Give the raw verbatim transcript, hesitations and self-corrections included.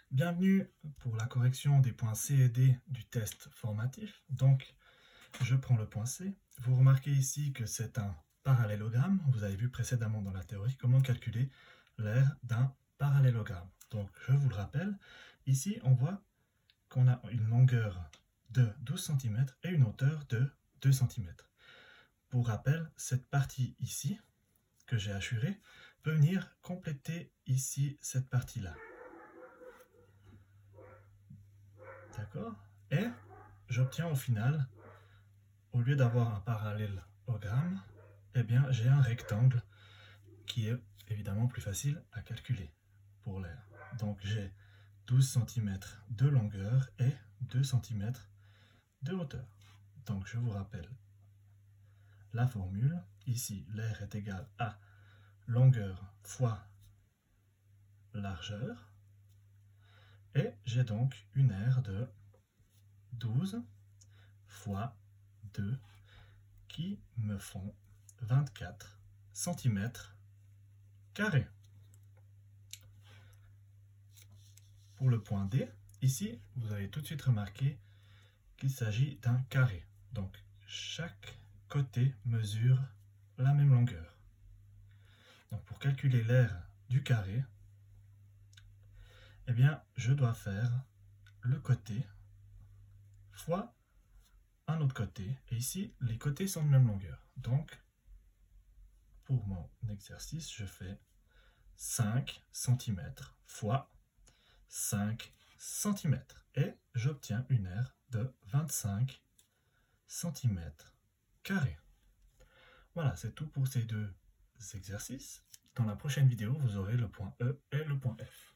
Bienvenue pour la correction des points C et D du test formatif. Donc, je prends le point C. Vous remarquez ici que c'est un parallélogramme. Vous avez vu précédemment dans la théorie comment calculer l'aire d'un parallélogramme. Donc, je vous le rappelle, ici, on voit qu'on a une longueur de douze centimètres et une hauteur de deux centimètres. Pour rappel, cette partie ici, que j'ai hachurée, peut venir compléter ici cette partie-là. D'accord? Et j'obtiens au final, au lieu d'avoir un parallélogramme, eh bien j'ai un rectangle qui est évidemment plus facile à calculer pour l'aire. Donc j'ai douze centimètres de longueur et deux centimètres de hauteur. Donc je vous rappelle la formule. Ici, l'aire est égale à longueur fois largeur. Et j'ai donc une aire de douze fois deux qui me font vingt-quatre centimètres carrés. Pour le point D, ici, vous avez tout de suite remarqué qu'il s'agit d'un carré. Donc, chaque côté mesure la même longueur. Donc, pour calculer l'aire du carré, eh bien, je dois faire le côté fois un autre côté. Et ici, les côtés sont de même longueur. Donc, pour mon exercice, je fais cinq centimètres fois cinq centimètres. Et j'obtiens une aire de vingt-cinq centimètres carrés. Voilà, c'est tout pour ces deux exercices. Dans la prochaine vidéo, vous aurez le point E et le point F.